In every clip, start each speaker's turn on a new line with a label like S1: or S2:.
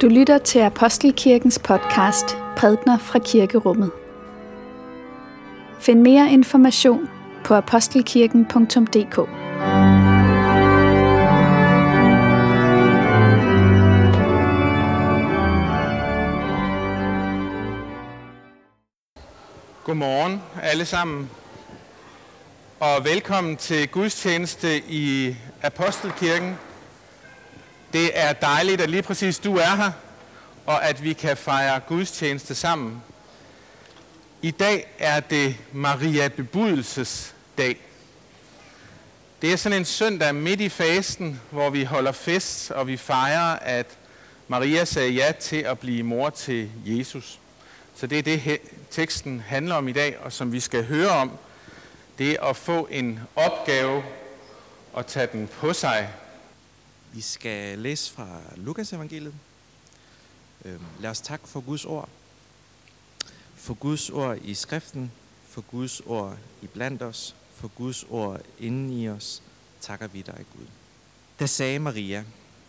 S1: Du lytter til Apostelkirkens podcast Prædikener fra Kirkerummet. Find mere information på apostelkirken.dk.
S2: Godmorgen alle sammen, og velkommen til gudstjeneste i Apostelkirken. Det er dejligt, at lige præcis du er her, og at vi kan fejre gudstjeneste sammen. I dag er det Maria Bebudelses dag. Det er sådan en søndag midt i fasten, hvor vi holder fest, og vi fejrer, at Maria sagde ja til at blive mor til Jesus. Så det er det, teksten handler om i dag, og som vi skal høre om, det er at få en opgave og tage den på sig.
S3: Vi skal læse fra Lukas evangeliet. Lad os takke for Guds ord. For Guds ord i skriften, for Guds ord i blandt os, for Guds ord inden i os, takker vi dig, Gud. Da sagde Maria: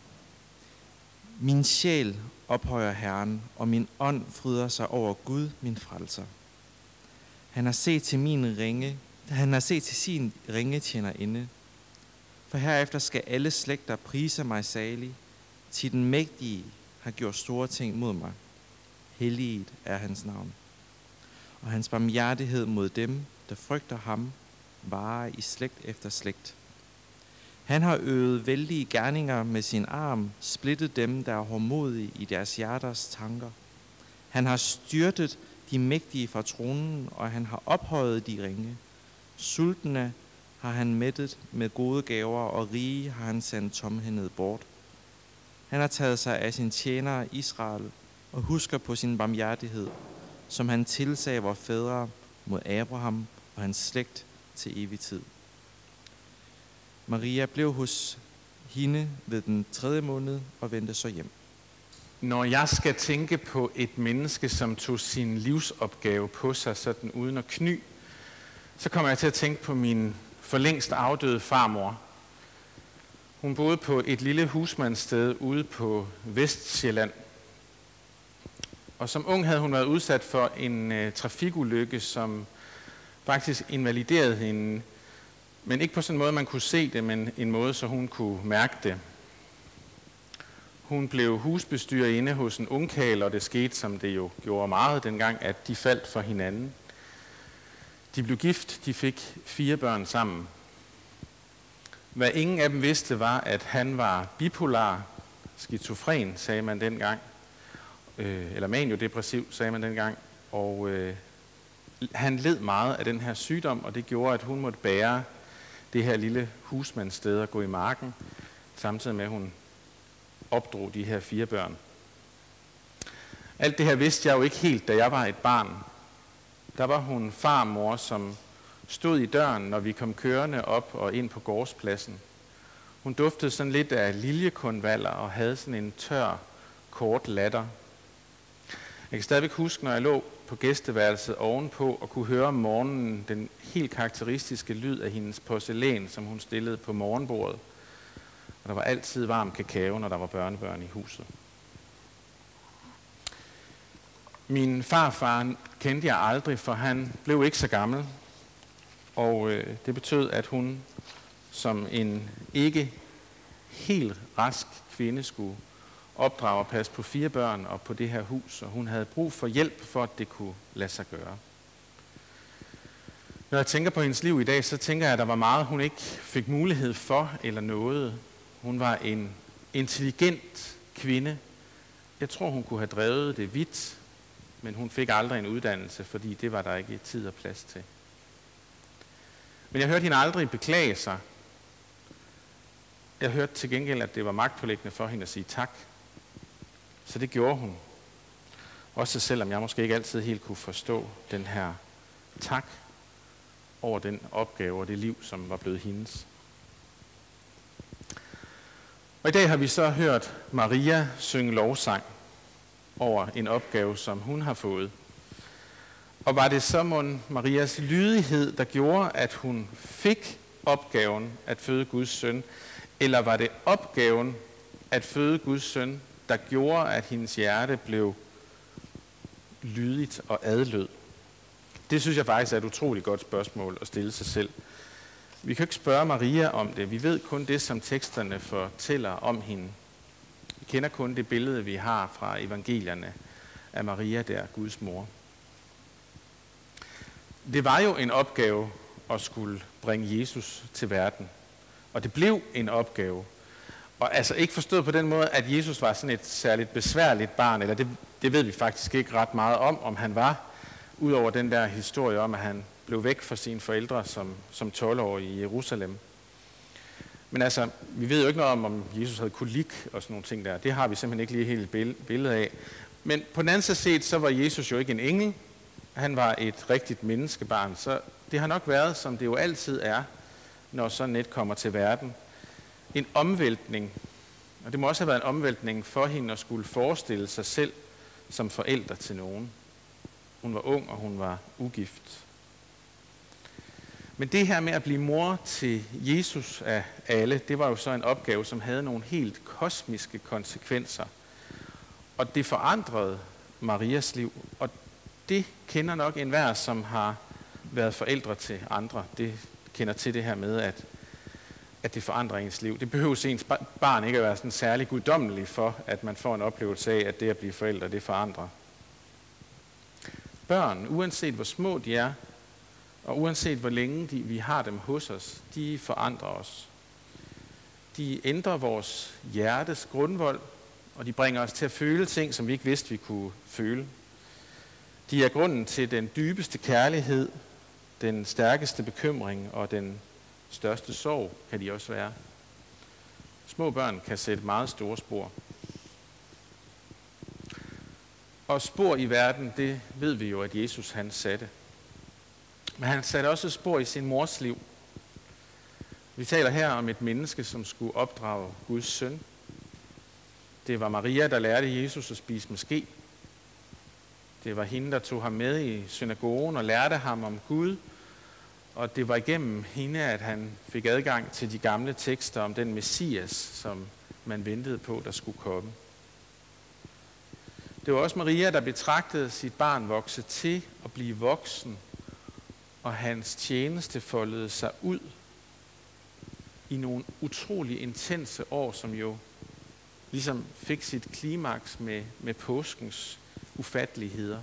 S3: Min sjæl ophøjer Herren, og min ånd fryder sig over Gud, min frelser. Han har set til sin ringe tjenerinde. For herefter skal alle slægter prise mig salig, til den mægtige har gjort store ting mod mig. Helliget er hans navn. Og hans barmhjertighed mod dem, der frygter ham, varer i slægt efter slægt. Han har øvet vældige gerninger med sin arm, splittet dem, der er hårdmodige i deres hjerters tanker. Han har styrtet de mægtige fra tronen, og han har ophøjet de ringe. Sultne har han mættet med gode gaver, og rige har han sendt tomhændet bort. Han har taget sig af sin tjenere Israel, og husker på sin barmhjertighed, som han tilsagde vor fædre mod Abraham og hans slægt til evig tid. Maria blev hos hende ved den 3. måned og vendte så hjem.
S2: Når jeg skal tænke på et menneske, som tog sin livsopgave på sig sådan uden at kny, så kommer jeg til at tænke på min for længst afdøde farmor. Hun boede på et lille husmandssted ude på Vestsjælland. Og som ung havde hun været udsat for en trafikulykke, som faktisk invaliderede hende. Men ikke på sådan en måde, man kunne se det, men en måde, så hun kunne mærke det. Hun blev husbestyrerinde hos en ungkarl, og det skete, som det jo gjorde meget dengang, at de faldt for hinanden. De blev gift, de fik 4 børn sammen. Hvad ingen af dem vidste var, at han var bipolar, skizofren, sagde man dengang. Eller maniodepressiv, sagde man dengang. Og han led meget af den her sygdom, og det gjorde, at hun måtte bære det her lille husmandssted og gå i marken, samtidig med, at hun opdrog de her 4 børn. Alt det her vidste jeg jo ikke helt, da jeg var et barn. Der var hun farmor, som stod i døren, når vi kom kørende op og ind på gårdspladsen. Hun duftede sådan lidt af liljekonvaller og havde sådan en tør, kort latter. Jeg kan stadigvæk huske, når jeg lå på gæsteværelset ovenpå og kunne høre om morgenen den helt karakteristiske lyd af hendes porcelæn, som hun stillede på morgenbordet. Og der var altid varm kakao, når der var børnebørn i huset. Min farfar kendte jeg aldrig, for han blev ikke så gammel. Og det betød, at hun som en ikke helt rask kvinde skulle opdrage og passe på 4 børn og på det her hus. Og hun havde brug for hjælp, for at det kunne lade sig gøre. Når jeg tænker på hendes liv i dag, så tænker jeg, at der var meget, hun ikke fik mulighed for eller noget. Hun var en intelligent kvinde. Jeg tror, hun kunne have drevet det vidt, men hun fik aldrig en uddannelse, fordi det var der ikke tid og plads til. Men jeg hørte hende aldrig beklage sig. Jeg hørte til gengæld, at det var magtpåliggende for hende at sige tak. Så det gjorde hun. Også selvom jeg måske ikke altid helt kunne forstå den her tak over den opgave og det liv, som var blevet hendes. Og i dag har vi så hørt Maria synge lovsang over en opgave, som hun har fået. Og var det så Marias lydighed, der gjorde, at hun fik opgaven at føde Guds søn, eller var det opgaven at føde Guds søn, der gjorde, at hendes hjerte blev lydigt og adlød? Det synes jeg faktisk er et utroligt godt spørgsmål at stille sig selv. Vi kan ikke spørge Maria om det. Vi ved kun det, som teksterne fortæller om hende. Vi kender kun det billede, vi har fra evangelierne af Maria der, Guds mor. Det var jo en opgave at skulle bringe Jesus til verden. Og det blev en opgave. Og altså ikke forstået på den måde, at Jesus var sådan et særligt besværligt barn, eller det ved vi faktisk ikke ret meget om han var, udover den der historie om, at han blev væk fra sine forældre som 12-årig i Jerusalem. Men altså, vi ved jo ikke noget om Jesus havde kolik og sådan nogle ting der. Det har vi simpelthen ikke lige helt et billede af. Men på den anden side set, så var Jesus jo ikke en engel. Han var et rigtigt menneskebarn. Så det har nok været, som det jo altid er, når sådan et kommer til verden, en omvæltning. Og det må også have været en omvæltning for hende at skulle forestille sig selv som forælder til nogen. Hun var ung, og hun var ugift. Men det her med at blive mor til Jesus af alle, det var jo så en opgave, som havde nogle helt kosmiske konsekvenser. Og det forandrede Marias liv. Og det kender nok enhver, som har været forældre til andre. Det kender til det her med, at det forandrer ens liv. Det behøver ens barn ikke at være sådan særlig guddommelig for, at man får en oplevelse af, at det at blive forældre, det forandrer. Børn, uanset hvor små de er, og uanset hvor længe vi har dem hos os, de forandrer os. De ændrer vores hjertes grundvold, og de bringer os til at føle ting, som vi ikke vidste, vi kunne føle. De er grunden til den dybeste kærlighed, den stærkeste bekymring og den største sorg, kan de også være. Små børn kan sætte meget store spor. Og spor i verden, det ved vi jo, at Jesus han satte. Men han satte også spor i sin mors liv. Vi taler her om et menneske, som skulle opdrage Guds søn. Det var Maria, der lærte Jesus at spise med ske. Det var hende, der tog ham med i synagogen og lærte ham om Gud. Og det var igennem hende, at han fik adgang til de gamle tekster om den Messias, som man ventede på, der skulle komme. Det var også Maria, der betragtede sit barn vokse til at blive voksen, og hans tjeneste foldede sig ud i nogle utrolig intense år, som jo ligesom fik sit klimaks med påskens ufatteligheder.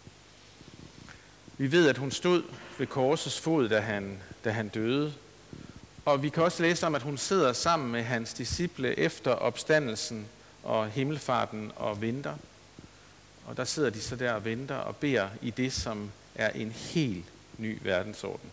S2: Vi ved, at hun stod ved korsets fod, da han døde. Og vi kan også læse om, at hun sidder sammen med hans disciple efter opstandelsen og himmelfarten og venter. Og der sidder de så der og venter og beder i det, som er en helt ny verdensorden.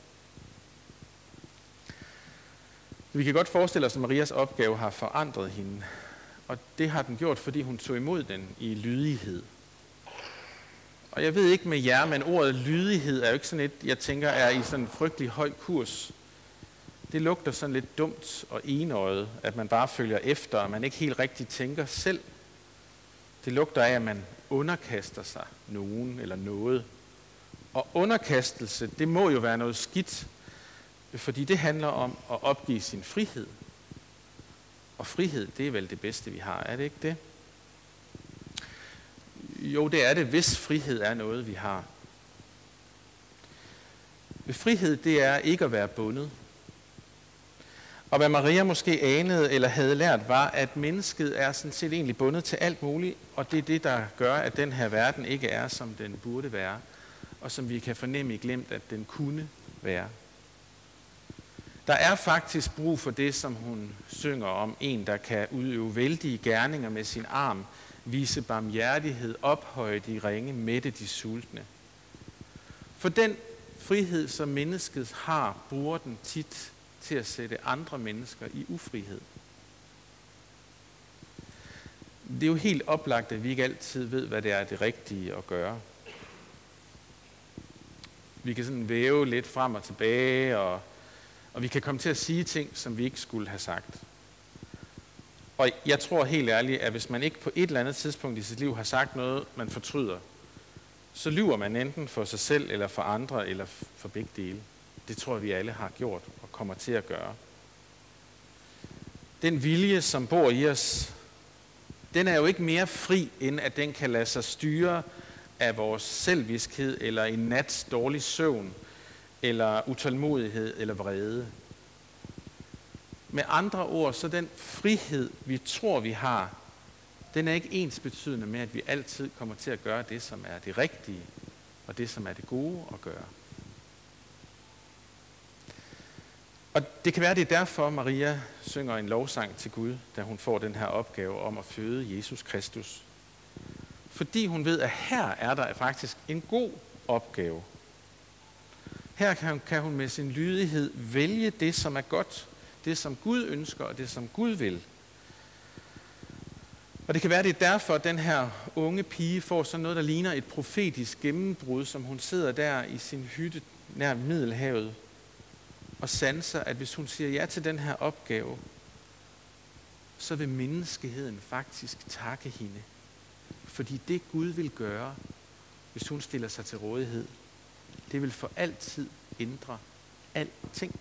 S2: Vi kan godt forestille os, at Marias opgave har forandret hende. Og det har den gjort, fordi hun tog imod den i lydighed. Og jeg ved ikke med jer, men ordet lydighed er jo ikke sådan et, jeg tænker, er i sådan en frygtelig høj kurs. Det lugter sådan lidt dumt og enøjet, at man bare følger efter, og man ikke helt rigtig tænker selv. Det lugter af, at man underkaster sig nogen eller noget. Og underkastelse, det må jo være noget skidt, fordi det handler om at opgive sin frihed. Og frihed, det er vel det bedste, vi har, er det ikke det? Jo, det er det, hvis frihed er noget, vi har. Frihed, det er ikke at være bundet. Og hvad Maria måske anede eller havde lært, var, at mennesket er sådan set egentlig bundet til alt muligt, og det er det, der gør, at den her verden ikke er, som den burde være, og som vi kan fornemme i glimt, at den kunne være. Der er faktisk brug for det, som hun synger om, en, der kan udøve vældige gerninger med sin arm, vise barmhjertighed, ophøje de ringe, mætte de sultne. For den frihed, som mennesket har, bruger den tit til at sætte andre mennesker i ufrihed. Det er jo helt oplagt, at vi ikke altid ved, hvad det er det rigtige at gøre. Vi kan sådan væve lidt frem og tilbage, og vi kan komme til at sige ting, som vi ikke skulle have sagt. Og jeg tror helt ærligt, at hvis man ikke på et eller andet tidspunkt i sit liv har sagt noget, man fortryder, så lyver man enten for sig selv, eller for andre, eller for begge dele. Det tror jeg, vi alle har gjort og kommer til at gøre. Den vilje, som bor i os, den er jo ikke mere fri, end at den kan lade sig styre af vores selvviskhed, eller en nats dårlig søvn, eller utålmodighed, eller vrede. Med andre ord, så den frihed, vi tror, vi har, den er ikke ensbetydende med, at vi altid kommer til at gøre det, som er det rigtige, og det, som er det gode at gøre. Og det kan være, det er derfor, Maria synger en lovsang til Gud, da hun får den her opgave om at føde Jesus Kristus. Fordi hun ved, at her er der faktisk en god opgave. Her kan hun med sin lydighed vælge det, som er godt, det, som Gud ønsker, og det, som Gud vil. Og det kan være, det er derfor, at den her unge pige får sådan noget, der ligner et profetisk gennembrud, som hun sidder der i sin hytte nær Middelhavet, og sanser, at hvis hun siger ja til den her opgave, så vil menneskeheden faktisk takke hende. Fordi det Gud vil gøre, hvis hun stiller sig til rådighed, det vil for altid ændre alting.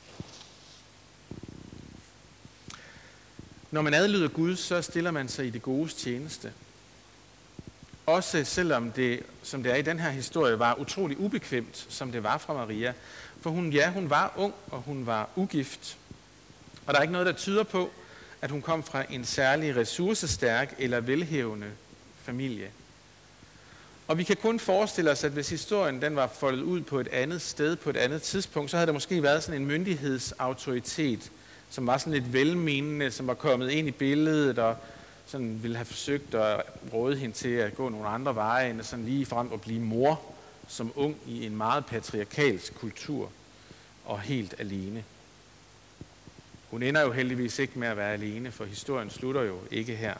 S2: Når man adlyder Gud, så stiller man sig i det godes tjeneste. Også selvom det, som det er i den her historie, var utrolig ubekvemt, som det var fra Maria. For hun var ung, og hun var ugift. Og der er ikke noget, der tyder på, at hun kom fra en særlig ressourcestærk eller velhævende familie. Og vi kan kun forestille os, at hvis historien den var foldet ud på et andet sted, på et andet tidspunkt, så havde der måske været sådan en myndighedsautoritet, som var sådan lidt velmenende, som var kommet ind i billedet og sådan ville have forsøgt at råde hende til at gå nogle andre veje, end sådan lige frem at blive mor som ung i en meget patriarkalsk kultur og helt alene. Hun ender jo heldigvis ikke med at være alene, for historien slutter jo ikke her.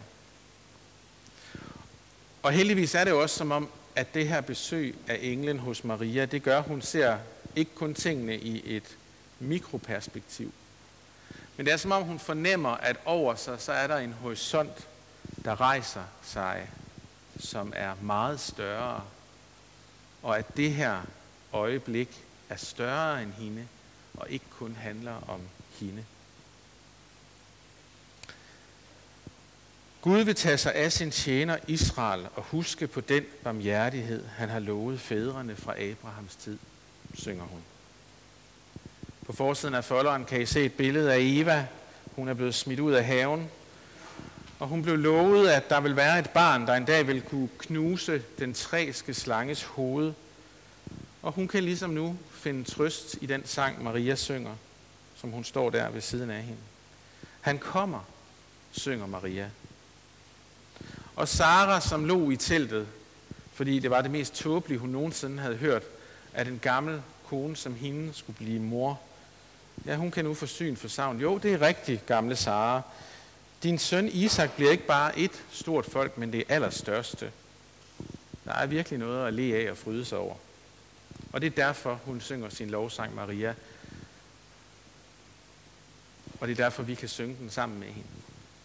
S2: Og heldigvis er det jo også som om, at det her besøg af englen hos Maria, det gør, at hun ser ikke kun tingene i et mikroperspektiv. Men det er som om, hun fornemmer, at over sig, så er der en horisont, der rejser sig, som er meget større. Og at det her øjeblik er større end hende, og ikke kun handler om hende. Gud vil tage sig af sin tjener Israel og huske på den barmhjertighed, han har lovet fædrene fra Abrahams tid, synger hun. På forsiden af folderen kan I se et billede af Eva. Hun er blevet smidt ud af haven, og hun blev lovet, at der vil være et barn, der en dag vil kunne knuse den træske slanges hoved. Og hun kan ligesom nu finde trøst i den sang, Maria synger, som hun står der ved siden af hende. Han kommer, synger Maria. Og Sara, som lå i teltet, fordi det var det mest tåbelige, hun nogensinde havde hørt, at en gammel kone som hende skulle blive mor. Ja, hun kan nu få syn for savn. Jo, det er rigtigt, gamle Sara. Din søn Isak bliver ikke bare et stort folk, men det allerstørste. Der er virkelig noget at le af og fryde sig over. Og det er derfor, hun synger sin lovsang Maria. Og det er derfor, vi kan synge den sammen med hende.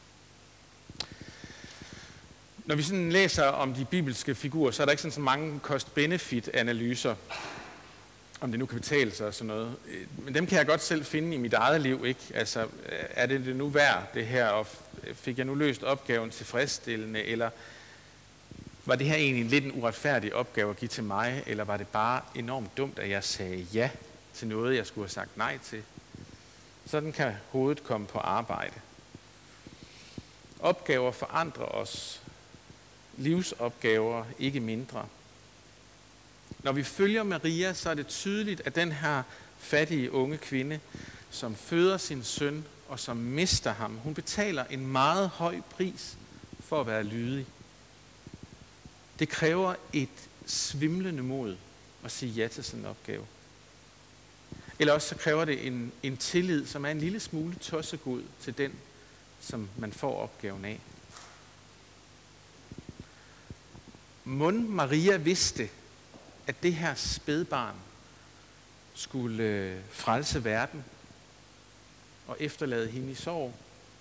S2: Når vi sådan læser om de bibelske figurer, så er der ikke sådan så mange cost-benefit-analyser, om det nu kan betale sig og sådan noget. Men dem kan jeg godt selv finde i mit eget liv, ikke? Altså, er det nu værd, det her, og fik jeg nu løst opgaven tilfredsstillende, eller var det her egentlig lidt en uretfærdig opgave at give til mig, eller var det bare enormt dumt, at jeg sagde ja til noget, jeg skulle have sagt nej til? Sådan kan hovedet komme på arbejde. Opgaver forandrer os. Livsopgaver, ikke mindre. Når vi følger Maria, så er det tydeligt, at den her fattige unge kvinde, som føder sin søn og som mister ham, hun betaler en meget høj pris for at være lydig. Det kræver et svimlende mod at sige ja til sådan en opgave. Eller også så kræver det en tillid, som er en lille smule tossegod til den, som man får opgaven af. Mon Maria vidste, at det her spædbarn skulle frelse verden og efterlade hende i sorg.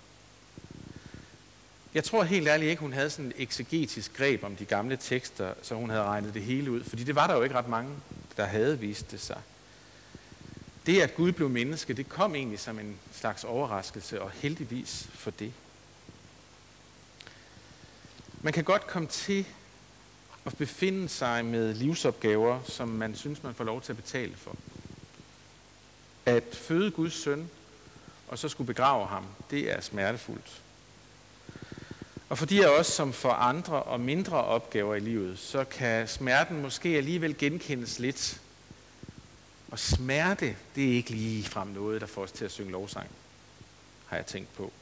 S2: Jeg tror helt ærligt ikke, hun havde sådan et eksegetisk greb om de gamle tekster, så hun havde regnet det hele ud, fordi det var der jo ikke ret mange, der havde vist det sig. Det, at Gud blev menneske, det kom egentlig som en slags overraskelse, og heldigvis for det. Man kan godt komme til at befinde sig med livsopgaver, som man synes, man får lov til at betale for. At føde Guds søn, og så skulle begrave ham, det er smertefuldt. Og for de af os, som får andre og mindre opgaver i livet, så kan smerten måske alligevel genkendes lidt. Og smerte, det er ikke lige frem noget, der får os til at synge lovsang, har jeg tænkt på.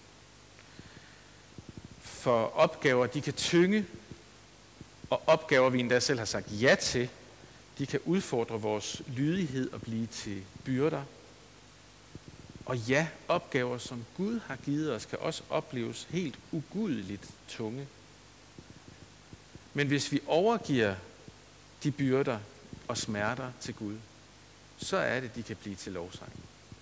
S2: For opgaver, de kan tynge, og opgaver, vi endda selv har sagt ja til, de kan udfordre vores lydighed og blive til byrder. Og ja, opgaver, som Gud har givet os, kan også opleves helt ugudeligt tunge. Men hvis vi overgiver de byrder og smerter til Gud, så er det, de kan blive til lovsang.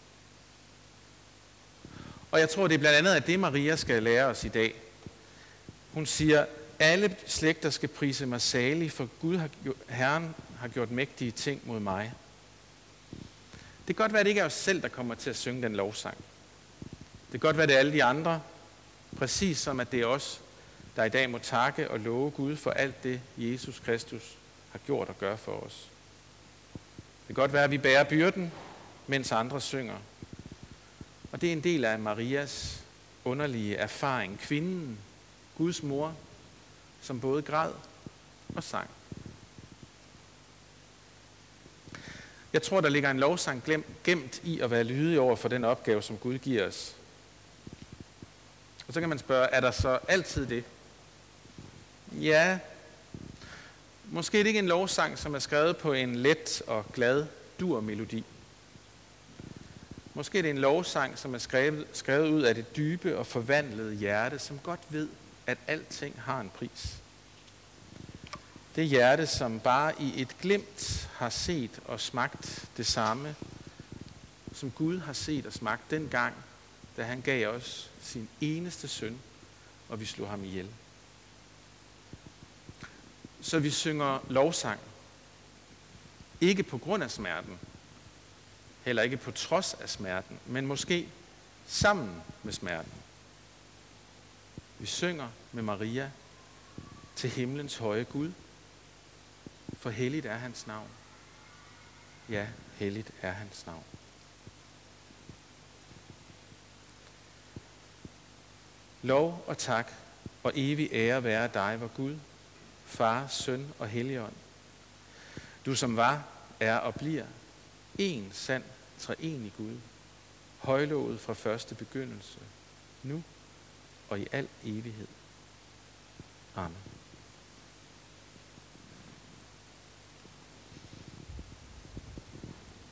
S2: Og jeg tror, det er blandt andet, at det Maria skal lære os i dag. Hun siger, alle slægter skal prise mig salig, for Herren har gjort mægtige ting mod mig. Det kan godt være, at det ikke er os selv, der kommer til at synge den lovsang. Det kan godt være, at det er alle de andre, præcis som at det er os, der i dag må takke og love Gud for alt det, Jesus Kristus har gjort og gør for os. Det kan godt være, at vi bærer byrden, mens andre synger. Og det er en del af Marias underlige erfaring. Kvinden, Guds mor, som både græd og sang. Jeg tror, der ligger en lovsang gemt i at være lydig over for den opgave, som Gud giver os. Og så kan man spørge, er der så altid det? Ja, måske er det ikke en lovsang, som er skrevet på en let og glad dur-melodi. Måske er det en lovsang, som er skrevet ud af det dybe og forvandlede hjerte, som godt ved, at alting har en pris. Det hjerte, som bare i et glimt har set og smagt det samme, som Gud har set og smagt dengang, da han gav os sin eneste søn, og vi slog ham ihjel. Så vi synger lovsang. Ikke på grund af smerten, heller ikke på trods af smerten, men måske sammen med smerten. Vi synger med Maria til himlens høje Gud, for helligt er hans navn. Ja, helligt er hans navn. Lov og tak og evig ære være dig, vor Gud, Far, Søn og Helligånd. Du som var, er og bliver en sand treenig Gud, højlovet fra første begyndelse, nu og i al evighed. Amen.